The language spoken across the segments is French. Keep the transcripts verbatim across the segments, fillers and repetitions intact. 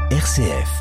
R C F.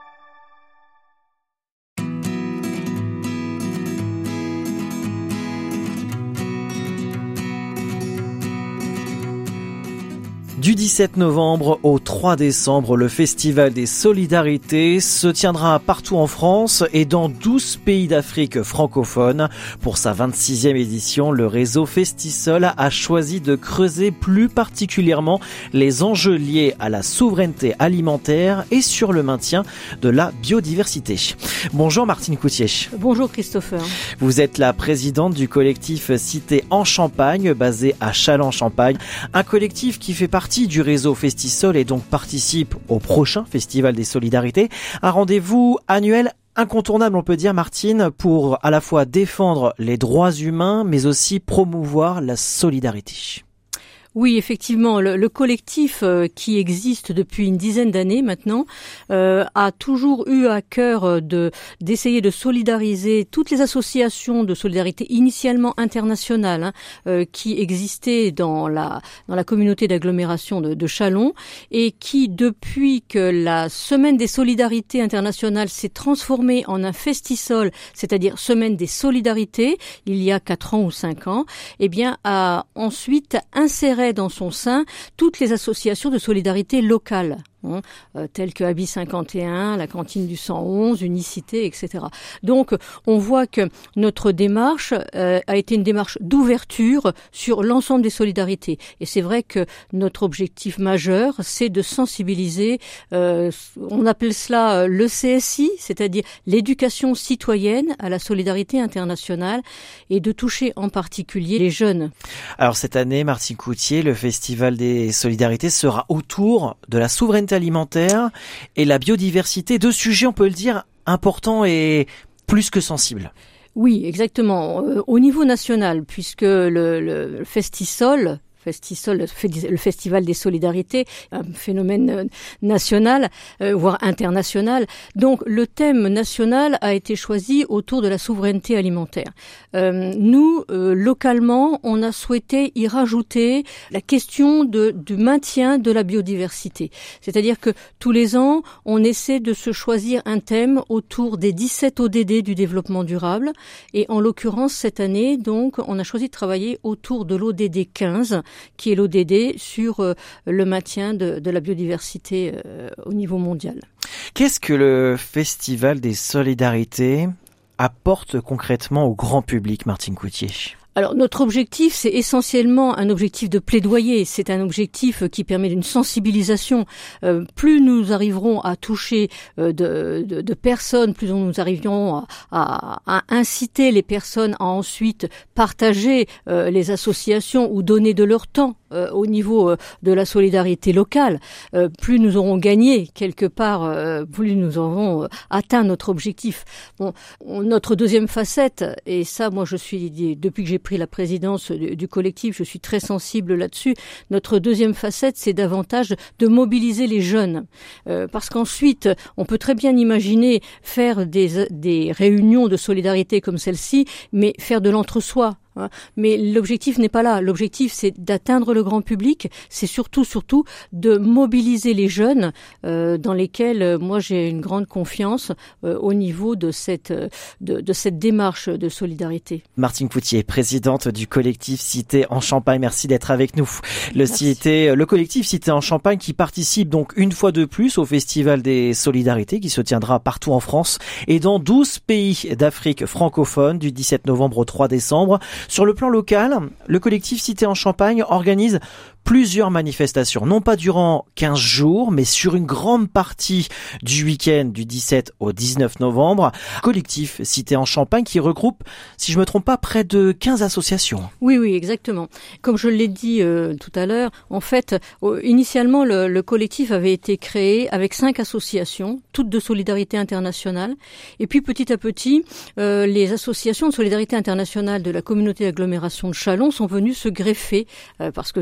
Du dix-sept novembre au trois décembre, le Festival des Solidarités se tiendra partout en France et dans douze pays d'Afrique francophone. Pour sa vingt-sixième édition, le réseau Festisol a choisi de creuser plus particulièrement les enjeux liés à la souveraineté alimentaire et sur le maintien de la biodiversité. Bonjour Martine Coutier. Bonjour Christopher. Vous êtes la présidente du collectif Cité en Champagne, basé à Châlons-en-Champagne. Un collectif qui fait partie du réseau Festisol et donc participe au prochain Festival des Solidarités. Un rendez-vous annuel incontournable, on peut dire, Martine, pour à la fois défendre les droits humains, mais aussi promouvoir la solidarité. Oui, effectivement, le, le collectif euh, qui existe depuis une dizaine d'années maintenant euh, a toujours eu à cœur de d'essayer de solidariser toutes les associations de solidarité initialement internationales hein, euh, qui existaient dans la dans la communauté d'agglomération de, de Châlons et qui, depuis que la Semaine des solidarités internationales s'est transformée en un festisol, c'est-à-dire Semaine des solidarités, il y a quatre ans ou cinq ans, eh bien a ensuite inséré dans son sein toutes les associations de solidarité locales, hein, euh, telles que Abi cinquante et un, la Cantine du cent onze, Unicité, et cetera. Donc, on voit que notre démarche euh, a été une démarche d'ouverture sur l'ensemble des solidarités. Et c'est vrai que notre objectif majeur, c'est de sensibiliser, euh, on appelle cela le C S I, c'est-à-dire l'éducation citoyenne à la solidarité internationale, et de toucher en particulier les jeunes. Alors cette année, Martine Coutier, le Festival des Solidarités sera autour de la souveraineté alimentaire et la biodiversité, deux sujets, on peut le dire, importants et plus que sensibles. Oui, exactement. Au niveau national, puisque le, le Festisol, Festisol, le Festival des Solidarités, un phénomène national, euh, voire international. Donc, le thème national a été choisi autour de la souveraineté alimentaire. Euh, nous, euh, localement, on a souhaité y rajouter la question de, du maintien de la biodiversité. C'est-à-dire que tous les ans, on essaie de se choisir un thème autour des dix-sept O D D du développement durable. Et en l'occurrence, cette année, donc, on a choisi de travailler autour de l'O D D quinze, qui est l'O D D sur euh, le maintien de, de la biodiversité euh, au niveau mondial. Qu'est-ce que le Festival des Solidarités apporte concrètement au grand public, Martine Coutier ? Alors, notre objectif, c'est essentiellement un objectif de plaidoyer. C'est un objectif qui permet d'une sensibilisation. Euh, plus nous arriverons à toucher euh, de, de, de personnes, plus nous arriverons à, à, à inciter les personnes à ensuite partager euh, les associations ou donner de leur temps euh, au niveau euh, de la solidarité locale. Euh, plus nous aurons gagné quelque part, euh, plus nous aurons euh, atteint notre objectif. Bon, on, notre deuxième facette, et ça, moi, je suis depuis que j'ai pris la présidence du, du collectif, je suis très sensible là-dessus. Notre deuxième facette, c'est davantage de mobiliser les jeunes. Euh, parce qu'ensuite, on peut très bien imaginer faire des, des réunions de solidarité comme celle-ci, mais faire de l'entre-soi. Mais l'objectif n'est pas là. L'objectif, c'est d'atteindre le grand public. C'est surtout, surtout, de mobiliser les jeunes, euh, dans lesquels euh, moi j'ai une grande confiance euh, au niveau de cette de, de cette démarche de solidarité. Martine Coutier, présidente du collectif Cité en Champagne, merci d'être avec nous. Le Cité, le collectif Cité en Champagne qui participe donc une fois de plus au Festival des Solidarités qui se tiendra partout en France et dans douze pays d'Afrique francophone du dix-sept novembre au trois décembre. Sur le plan local, le collectif Cité en Champagne organise plusieurs manifestations, non pas durant quinze jours, mais sur une grande partie du week-end du dix-sept au dix-neuf novembre. Collectif Cité en Champagne qui regroupe, si je me trompe pas, près de quinze associations. Oui, oui, exactement. Comme je l'ai dit euh, tout à l'heure, en fait, euh, initialement, le, le collectif avait été créé avec cinq associations, toutes de solidarité internationale. Et puis, petit à petit, euh, les associations de solidarité internationale de la communauté d'agglomération de Châlons sont venues se greffer, euh, parce que c'est vrai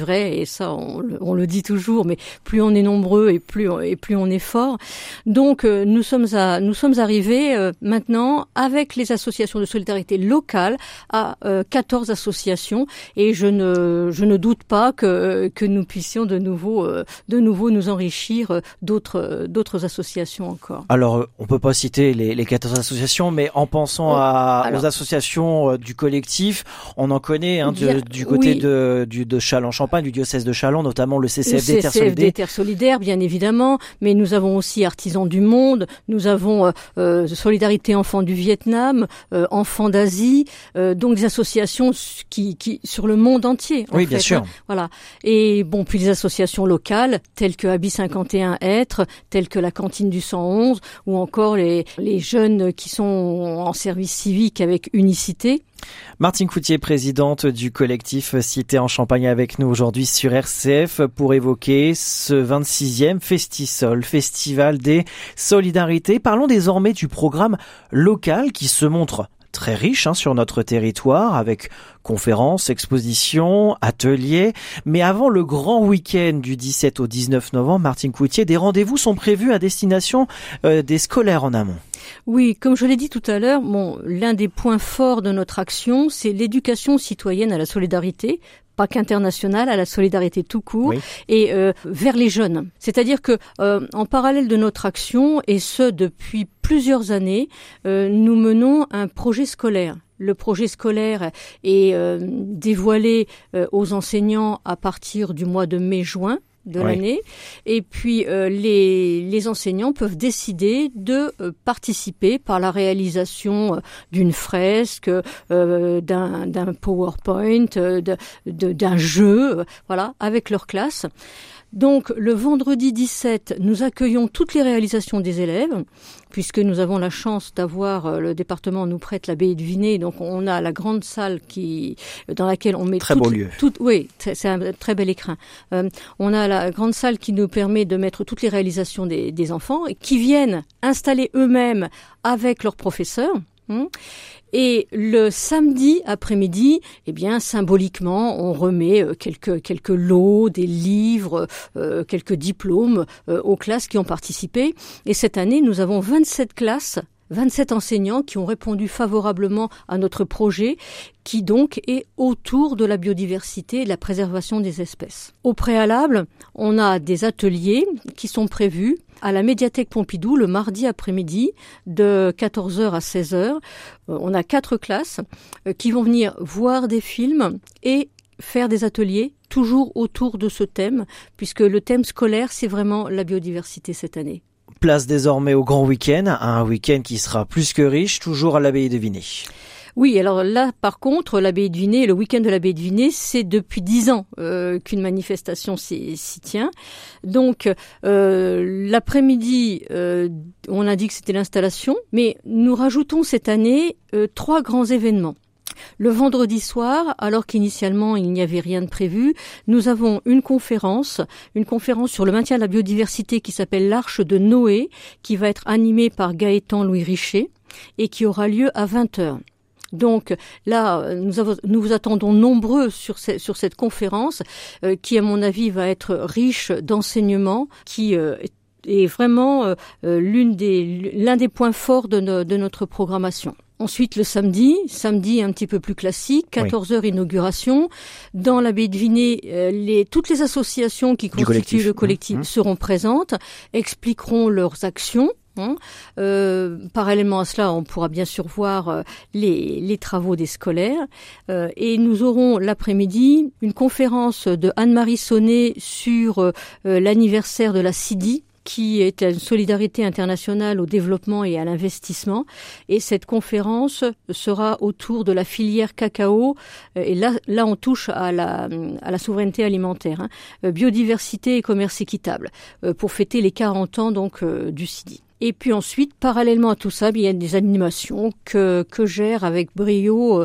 vrai, et ça on, on le dit toujours, mais plus on est nombreux et plus et plus on est fort. Donc euh, nous sommes à nous sommes arrivés euh, maintenant avec les associations de solidarité locales à euh, quatorze associations, et je ne je ne doute pas que que nous puissions de nouveau euh, de nouveau nous enrichir euh, d'autres d'autres associations encore. Alors on peut pas citer les, les quatorze associations, mais en pensant oh, à alors, aux associations euh, du collectif, on en connaît hein, de, du côté oui. de du de Châlons-Champagne, du diocèse de Châlons, notamment le C C F D Terre Solidaire. Terre Solidaire, bien évidemment, mais nous avons aussi Artisans du Monde, nous avons euh, euh, Solidarité Enfants du Vietnam, euh, Enfants d'Asie, euh, donc des associations qui, qui sur le monde entier. En oui, fait, bien sûr. Hein, voilà. Et bon, puis des associations locales telles que Habi cinquante et un Être, telles que la Cantine du cent onze, ou encore les les jeunes qui sont en service civique avec Unicité. Martine Coutier, présidente du collectif Cité en Champagne, avec nous aujourd'hui sur R C F pour évoquer ce vingt-sixième Festisol, Festival des Solidarités. Parlons désormais du programme local qui se montre très riche hein, sur notre territoire, avec conférences, expositions, ateliers. Mais avant le grand week-end du dix-sept au dix-neuf novembre, Martine Coutier, des rendez-vous sont prévus à destination euh, des scolaires en amont. Oui, comme je l'ai dit tout à l'heure, bon, l'un des points forts de notre action, c'est l'éducation citoyenne à la solidarité, pas qu'internationale, à la solidarité tout court, oui. et euh, vers les jeunes. C'est-à-dire que euh, en parallèle de notre action, et ce depuis plusieurs années, euh, nous menons un projet scolaire. Le projet scolaire est euh, dévoilé euh, aux enseignants à partir du mois de mai-juin de oui. l'année, et puis euh, les les enseignants peuvent décider de euh, participer par la réalisation euh, d'une fresque, euh, d'un d'un PowerPoint, euh, de, de d'un jeu, euh, voilà, avec leur classe. Donc, le vendredi dix-sept, nous accueillons toutes les réalisations des élèves, puisque nous avons la chance d'avoir, euh, le département nous prête l'abbaye de Vinay, donc on a la grande salle qui, dans laquelle on met très toutes, beau lieu. Toutes, oui, c'est un très bel écrin. Euh, on a la grande salle qui nous permet de mettre toutes les réalisations des, des enfants, qui viennent installer eux-mêmes avec leurs professeurs. Hum. Et le samedi après-midi, eh bien symboliquement, on remet quelques quelques lots, des livres, euh, quelques diplômes euh, aux classes qui ont participé. Et cette année, nous avons vingt-sept classes, vingt-sept enseignants qui ont répondu favorablement à notre projet, qui donc est autour de la biodiversité et de la préservation des espèces. Au préalable, on a des ateliers qui sont prévus à la médiathèque Pompidou le mardi après-midi de quatorze heures à seize heures. On a quatre classes qui vont venir voir des films et faire des ateliers toujours autour de ce thème, puisque le thème scolaire, c'est vraiment la biodiversité cette année. Place désormais au grand week-end, un week-end qui sera plus que riche, toujours à l'abbaye de Vinay. Oui, alors là, par contre, l'abbaye de Vinay, le week-end de l'abbaye de Vinay, c'est depuis dix ans euh, qu'une manifestation s'y, s'y tient. Donc, euh, l'après-midi, euh, on a dit que c'était l'installation, mais nous rajoutons cette année euh, trois grands événements. Le vendredi soir, alors qu'initialement il n'y avait rien de prévu, nous avons une conférence, une conférence sur le maintien de la biodiversité qui s'appelle l'Arche de Noé, qui va être animée par Gaëtan Louis Richer et qui aura lieu à vingt heures. Donc là, nous, avons, nous vous attendons nombreux sur, ce, sur cette conférence euh, qui, à mon avis, va être riche d'enseignements, qui euh, est vraiment euh, l'une des, l'un des points forts de, no, de notre programmation. Ensuite, le samedi, samedi un petit peu plus classique, quatorze heures oui. inauguration. Dans l'abbaye de Vinay, euh, les, toutes les associations qui constituent collectif. le collectif mmh. seront présentes, expliqueront leurs actions. Hein. Euh, parallèlement à cela, on pourra bien sûr voir euh, les, les travaux des scolaires. Euh, et nous aurons l'après-midi une conférence de Anne-Marie Sonnet sur euh, l'anniversaire de la C I D I, qui est une solidarité internationale au développement et à l'investissement. Et cette conférence sera autour de la filière cacao. Et là, là on touche à la, à la souveraineté alimentaire, hein. Biodiversité et commerce équitable, pour fêter les quarante ans donc du C I D I. Et puis ensuite, parallèlement à tout ça, il y a des animations que que gèrent avec brio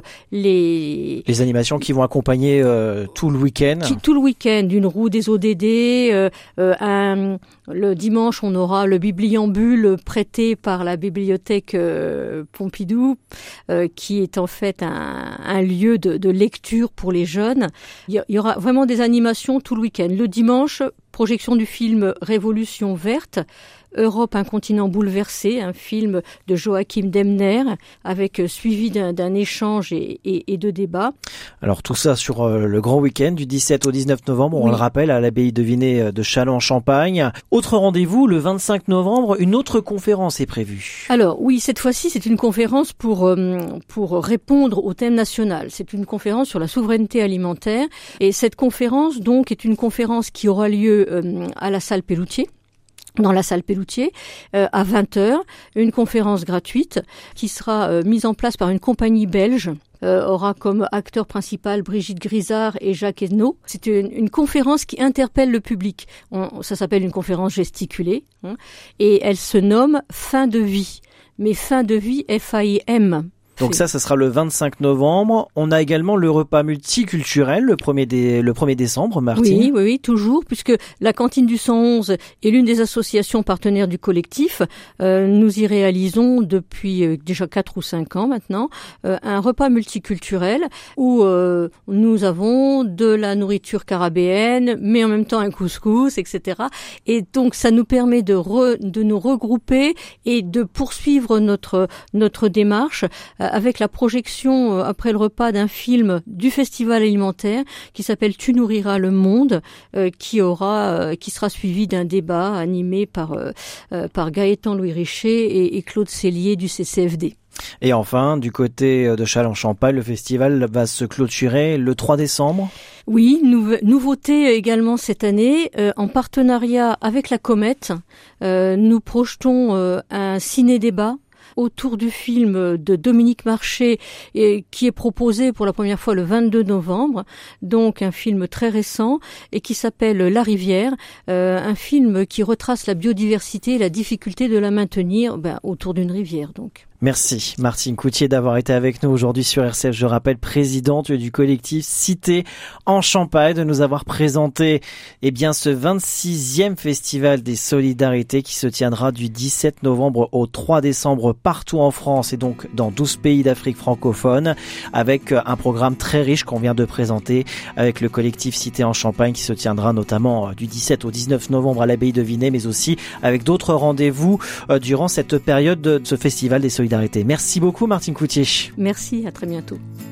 les les animations qui vont accompagner euh, tout le week-end. Qui, tout le week-end, une roue des O D D. Euh, euh, un, le dimanche, on aura le bibliambule prêté par la bibliothèque euh, Pompidou, euh, qui est en fait un, un lieu de, de lecture pour les jeunes. Il y, il y aura vraiment des animations tout le week-end. Le dimanche, projection du film Révolution verte. Europe, un continent bouleversé, un film de Joachim Demner, avec euh, suivi d'un, d'un échange et, et, et de débats. Alors tout ça sur euh, le grand week-end du dix-sept au dix-neuf novembre, on oui. le rappelle, à l'abbaye de Vinay de Châlons-en-Champagne. Autre rendez-vous, le vingt-cinq novembre, une autre conférence est prévue. Alors oui, cette fois-ci, c'est une conférence pour euh, pour répondre au thème national. C'est une conférence sur la souveraineté alimentaire. Et cette conférence, donc, est une conférence qui aura lieu euh, à la salle Pelloutier. Dans la salle Pelloutier, euh, à vingt heures, une conférence gratuite qui sera euh, mise en place par une compagnie belge. Euh, aura comme acteur principal Brigitte Grisard et Jacques Hainaut. C'est une, une conférence qui interpelle le public. On, ça s'appelle une conférence gesticulée, hein, et elle se nomme Fin de vie. Mais fin de vie, F A I M. Donc ça, ça sera le vingt-cinq novembre. On a également le repas multiculturel le premier, dé... le premier décembre, Martine. Oui, oui, oui, toujours, puisque la cantine du cent onze est l'une des associations partenaires du collectif. Euh, nous y réalisons depuis euh, déjà quatre ou cinq ans maintenant euh, un repas multiculturel où euh, nous avons de la nourriture caribéenne, mais en même temps un couscous, et cetera. Et donc ça nous permet de, re... de nous regrouper et de poursuivre notre notre démarche euh, avec la projection euh, après le repas d'un film du festival alimentaire qui s'appelle Tu nourriras le monde, euh, qui aura, euh, qui sera suivi d'un débat animé par euh, euh, par Gaëtan Louis Richer et, et Claude Cellier du C C F D. Et enfin, du côté de Châlons-en-Champagne, le festival va se clôturer le trois décembre. Oui, nou- nouveauté également cette année, euh, en partenariat avec la Comète, euh, nous projetons euh, un ciné-débat autour du film de Dominique Marché et qui est proposé pour la première fois le vingt-deux novembre, donc un film très récent et qui s'appelle La Rivière, euh, un film qui retrace la biodiversité et la difficulté de la maintenir ben, autour d'une rivière donc. Merci Martine Coutier d'avoir été avec nous aujourd'hui sur R C F. Je rappelle, présidente du collectif Cité en Champagne, de nous avoir présenté eh bien ce vingt-sixième festival des solidarités qui se tiendra du dix-sept novembre au trois décembre partout en France et donc dans douze pays d'Afrique francophone, avec un programme très riche qu'on vient de présenter avec le collectif Cité en Champagne qui se tiendra notamment du dix-sept au dix-neuf novembre à l'abbaye de Vinay, mais aussi avec d'autres rendez-vous durant cette période de ce festival des solidarités. Merci beaucoup Martine Coutier. Merci, à très bientôt.